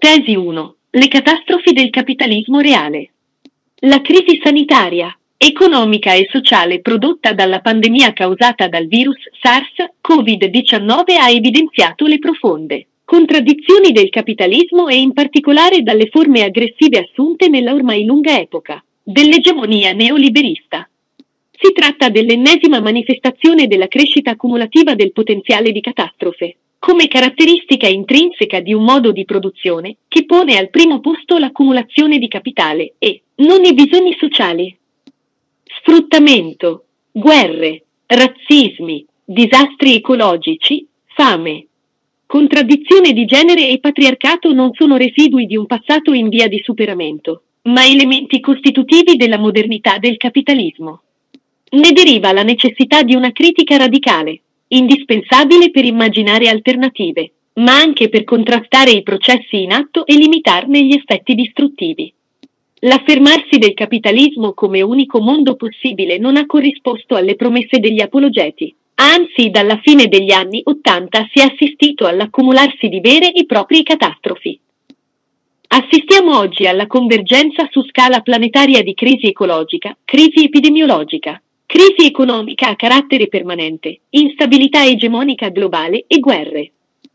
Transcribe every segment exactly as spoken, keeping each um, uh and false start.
Tesi uno. Le catastrofi del capitalismo reale. La crisi sanitaria, economica e sociale prodotta dalla pandemia causata dal virus SARS-CoV diciannove ha evidenziato le profonde contraddizioni del capitalismo e in particolare dalle forme aggressive assunte nella ormai lunga epoca dell'egemonia neoliberista. Si tratta dell'ennesima manifestazione della crescita accumulativa del potenziale di catastrofe, come caratteristica intrinseca di un modo di produzione che pone al primo posto l'accumulazione di capitale e non i bisogni sociali. Sfruttamento, guerre, razzismi, disastri ecologici, fame. Contraddizione di genere e patriarcato non sono residui di un passato in via di superamento, ma elementi costitutivi della modernità del capitalismo. Ne deriva la necessità di una critica radicale, indispensabile per immaginare alternative, ma anche per contrastare i processi in atto e limitarne gli effetti distruttivi. L'affermarsi del capitalismo come unico mondo possibile non ha corrisposto alle promesse degli apologeti. Anzi, dalla fine degli anni Ottanta si è assistito all'accumularsi di vere e proprie catastrofi. Assistiamo oggi alla convergenza su scala planetaria di crisi ecologica, crisi epidemiologica, crisi economica a carattere permanente, instabilità egemonica globale e guerre.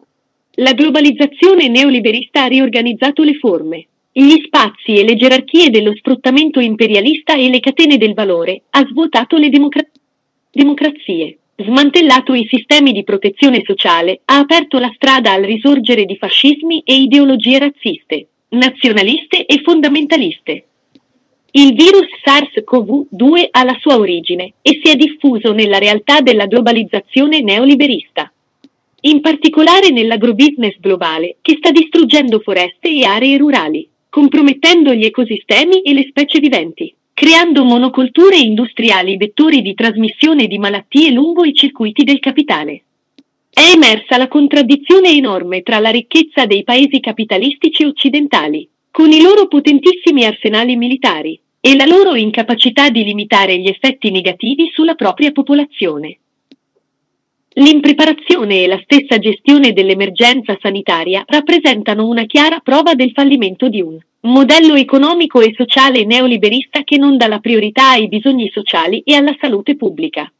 La globalizzazione neoliberista ha riorganizzato le forme, gli spazi e le gerarchie dello sfruttamento imperialista e le catene del valore, ha svuotato le democra- democrazie. Smantellato i sistemi di protezione sociale, ha aperto la strada al risorgere di fascismi e ideologie razziste, nazionaliste e fondamentaliste. Il virus SARS-CoV due ha la sua origine e si è diffuso nella realtà della globalizzazione neoliberista, in particolare nell'agrobusiness globale che sta distruggendo foreste e aree rurali, compromettendo gli ecosistemi e le specie viventi, creando monocolture industriali vettori di trasmissione di malattie lungo i circuiti del capitale. È emersa la contraddizione enorme tra la ricchezza dei paesi capitalistici occidentali, con i loro potentissimi arsenali militari, e la loro incapacità di limitare gli effetti negativi sulla propria popolazione. L'impreparazione e la stessa gestione dell'emergenza sanitaria rappresentano una chiara prova del fallimento di un modello economico e sociale neoliberista che non dà la priorità ai bisogni sociali e alla salute pubblica.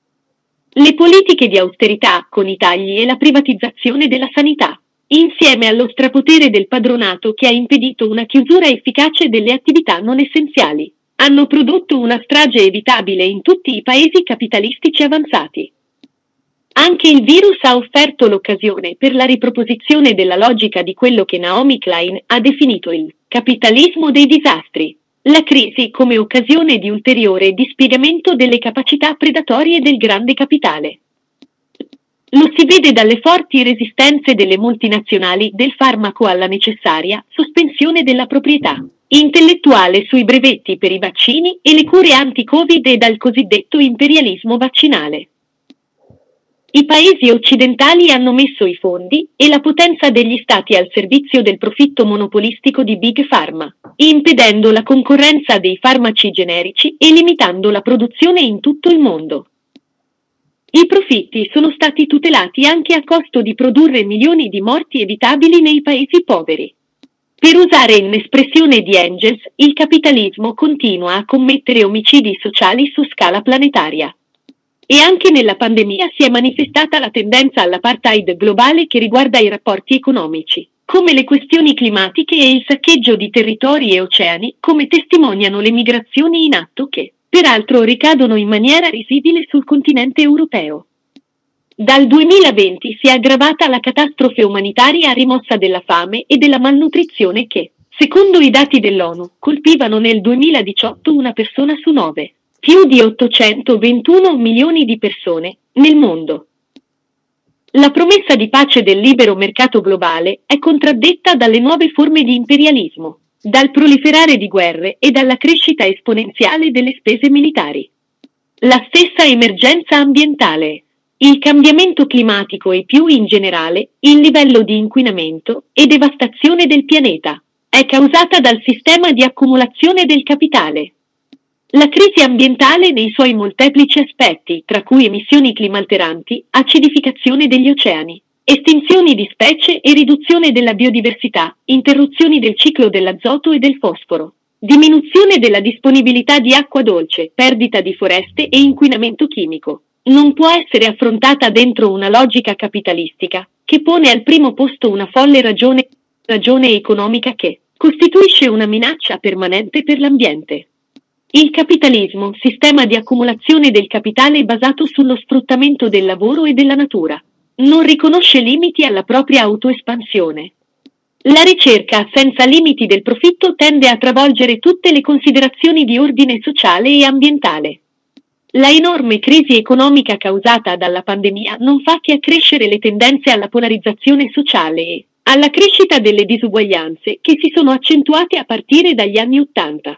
Le politiche di austerità, con i tagli e la privatizzazione della sanità, insieme allo strapotere del padronato che ha impedito una chiusura efficace delle attività non essenziali, hanno prodotto una strage evitabile in tutti i paesi capitalistici avanzati. Anche il virus ha offerto l'occasione per la riproposizione della logica di quello che Naomi Klein ha definito il capitalismo dei disastri, la crisi come occasione di ulteriore dispiegamento delle capacità predatorie del grande capitale. Lo si vede dalle forti resistenze delle multinazionali del farmaco alla necessaria sospensione della proprietà intellettuale sui brevetti per i vaccini e le cure anti-Covid e dal cosiddetto imperialismo vaccinale. I paesi occidentali hanno messo i fondi e la potenza degli stati al servizio del profitto monopolistico di Big Pharma, impedendo la concorrenza dei farmaci generici e limitando la produzione in tutto il mondo. I profitti sono stati tutelati anche a costo di produrre milioni di morti evitabili nei paesi poveri. Per usare un'espressione di Engels, il capitalismo continua a commettere omicidi sociali su scala planetaria. E anche nella pandemia si è manifestata la tendenza all'apartheid globale che riguarda i rapporti economici, come le questioni climatiche e il saccheggio di territori e oceani, come testimoniano le migrazioni in atto che, peraltro, ricadono in maniera risibile sul continente europeo. Dal duemilaventi si è aggravata la catastrofe umanitaria rimossa della fame e della malnutrizione che, secondo i dati dell'ONU, colpivano nel duemiladiciotto una persona su nove. Più di ottocentoventuno milioni di persone nel mondo. La promessa di pace del libero mercato globale è contraddetta dalle nuove forme di imperialismo, dal proliferare di guerre e dalla crescita esponenziale delle spese militari. La stessa emergenza ambientale, il cambiamento climatico e più in generale il livello di inquinamento e devastazione del pianeta, è causata dal sistema di accumulazione del capitale. La crisi ambientale nei suoi molteplici aspetti, tra cui emissioni climalteranti, acidificazione degli oceani, Estinzioni di specie e riduzione della biodiversità, interruzioni del ciclo dell'azoto e del fosforo, diminuzione della disponibilità di acqua dolce, perdita di foreste e inquinamento chimico. Non può essere affrontata dentro una logica capitalistica che pone al primo posto una folle ragione, ragione economica che costituisce una minaccia permanente per l'ambiente. Il capitalismo, sistema di accumulazione del capitale basato sullo sfruttamento del lavoro e della natura, non riconosce limiti alla propria autoespansione. La ricerca senza limiti del profitto tende a travolgere tutte le considerazioni di ordine sociale e ambientale. La enorme crisi economica causata dalla pandemia non fa che accrescere le tendenze alla polarizzazione sociale e alla crescita delle disuguaglianze che si sono accentuate a partire dagli anni Ottanta.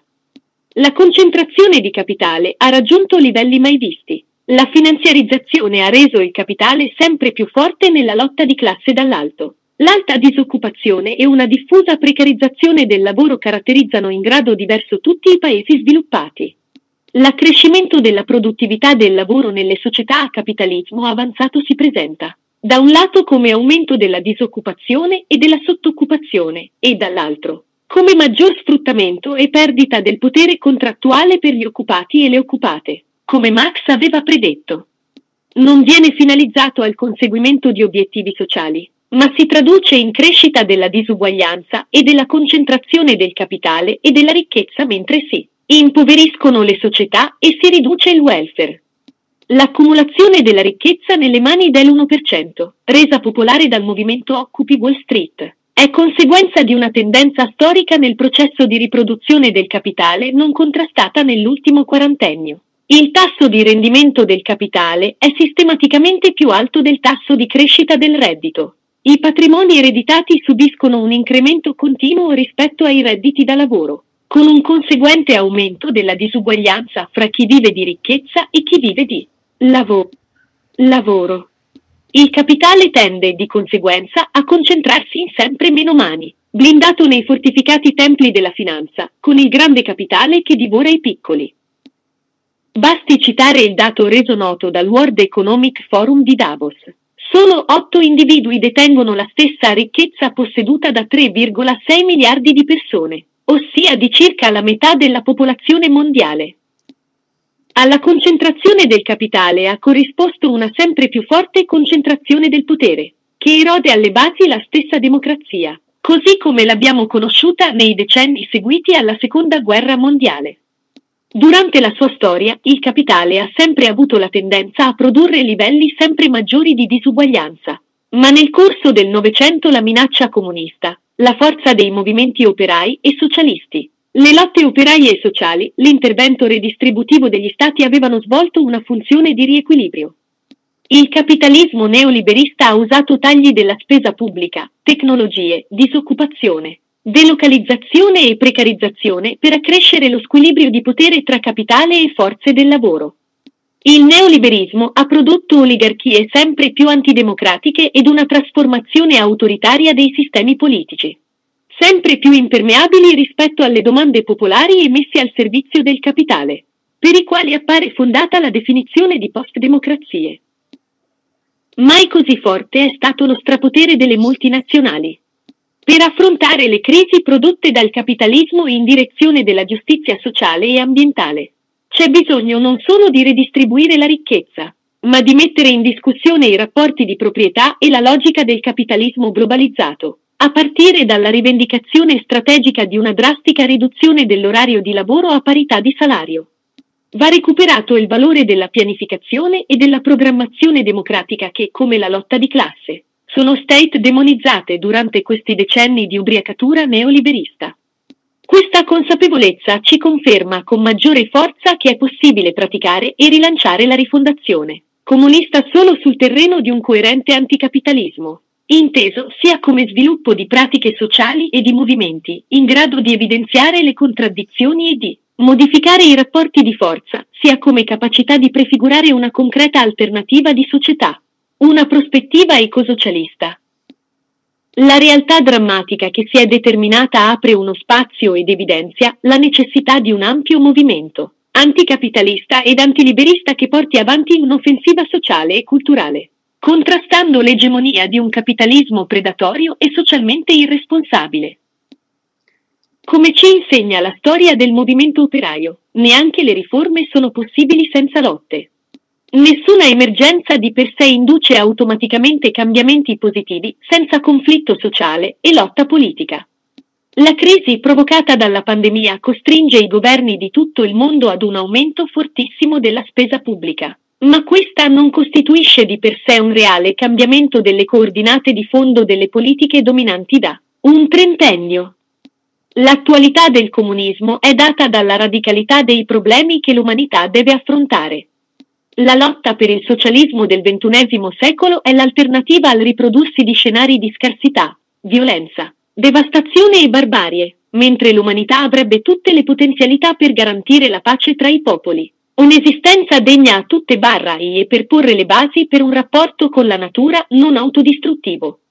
La concentrazione di capitale ha raggiunto livelli mai visti. La finanziarizzazione ha reso il capitale sempre più forte nella lotta di classe dall'alto. L'alta disoccupazione e una diffusa precarizzazione del lavoro caratterizzano in grado diverso tutti i paesi sviluppati. L'accrescimento della produttività del lavoro nelle società a capitalismo avanzato si presenta, da un lato come aumento della disoccupazione e della sottoccupazione, e dall'altro come maggior sfruttamento e perdita del potere contrattuale per gli occupati e le occupate, come Marx aveva predetto. Non viene finalizzato al conseguimento di obiettivi sociali, ma si traduce in crescita della disuguaglianza e della concentrazione del capitale e della ricchezza mentre si impoveriscono le società e si riduce il welfare. L'accumulazione della ricchezza nelle mani dell'uno per cento, resa popolare dal movimento Occupy Wall Street, è conseguenza di una tendenza storica nel processo di riproduzione del capitale non contrastata nell'ultimo quarantennio. Il tasso di rendimento del capitale è sistematicamente più alto del tasso di crescita del reddito. I patrimoni ereditati subiscono un incremento continuo rispetto ai redditi da lavoro, con un conseguente aumento della disuguaglianza fra chi vive di ricchezza e chi vive di lavo- lavoro. Il capitale tende, di conseguenza, a concentrarsi in sempre meno mani, blindato nei fortificati templi della finanza, con il grande capitale che divora i piccoli. Basti citare il dato reso noto dal World Economic Forum di Davos. Solo otto individui detengono la stessa ricchezza posseduta da tre virgola sei miliardi di persone, ossia di circa la metà della popolazione mondiale. Alla concentrazione del capitale ha corrisposto una sempre più forte concentrazione del potere, che erode alle basi la stessa democrazia, così come l'abbiamo conosciuta nei decenni seguiti alla Seconda Guerra Mondiale. Durante la sua storia, il capitale ha sempre avuto la tendenza a produrre livelli sempre maggiori di disuguaglianza, ma nel corso del Novecento la minaccia comunista, la forza dei movimenti operai e socialisti, le lotte operaie e sociali, l'intervento redistributivo degli stati avevano svolto una funzione di riequilibrio. Il capitalismo neoliberista ha usato tagli della spesa pubblica, tecnologie, disoccupazione, delocalizzazione e precarizzazione per accrescere lo squilibrio di potere tra capitale e forze del lavoro. Il neoliberismo ha prodotto oligarchie sempre più antidemocratiche ed una trasformazione autoritaria dei sistemi politici, sempre più impermeabili rispetto alle domande popolari e messi al servizio del capitale, per i quali appare fondata la definizione di post-democrazie. Mai così forte è stato lo strapotere delle multinazionali. Per affrontare le crisi prodotte dal capitalismo in direzione della giustizia sociale e ambientale, c'è bisogno non solo di redistribuire la ricchezza, ma di mettere in discussione i rapporti di proprietà e la logica del capitalismo globalizzato, a partire dalla rivendicazione strategica di una drastica riduzione dell'orario di lavoro a parità di salario. Va recuperato il valore della pianificazione e della programmazione democratica che, come la lotta di classe, sono state demonizzate durante questi decenni di ubriacatura neoliberista. Questa consapevolezza ci conferma con maggiore forza che è possibile praticare e rilanciare la rifondazione comunista solo sul terreno di un coerente anticapitalismo, inteso sia come sviluppo di pratiche sociali e di movimenti in grado di evidenziare le contraddizioni e di modificare i rapporti di forza, sia come capacità di prefigurare una concreta alternativa di società, una prospettiva ecosocialista. La realtà drammatica che si è determinata apre uno spazio ed evidenzia la necessità di un ampio movimento anticapitalista ed antiliberista che porti avanti un'offensiva sociale e culturale. contrastando l'egemonia di un capitalismo predatorio e socialmente irresponsabile. Come ci insegna la storia del movimento operaio, neanche le riforme sono possibili senza lotte. Nessuna emergenza di per sé induce automaticamente cambiamenti positivi senza conflitto sociale e lotta politica. La crisi provocata dalla pandemia costringe i governi di tutto il mondo ad un aumento fortissimo della spesa pubblica, ma questa non costituisce di per sé un reale cambiamento delle coordinate di fondo delle politiche dominanti da un trentennio. L'attualità del comunismo è data dalla radicalità dei problemi che l'umanità deve affrontare. La lotta per il socialismo del ventunesimo secolo è l'alternativa al riprodursi di scenari di scarsità, violenza, devastazione e barbarie, mentre l'umanità avrebbe tutte le potenzialità per garantire la pace tra i popoli, un'esistenza degna a tutte barra e per porre le basi per un rapporto con la natura non autodistruttivo.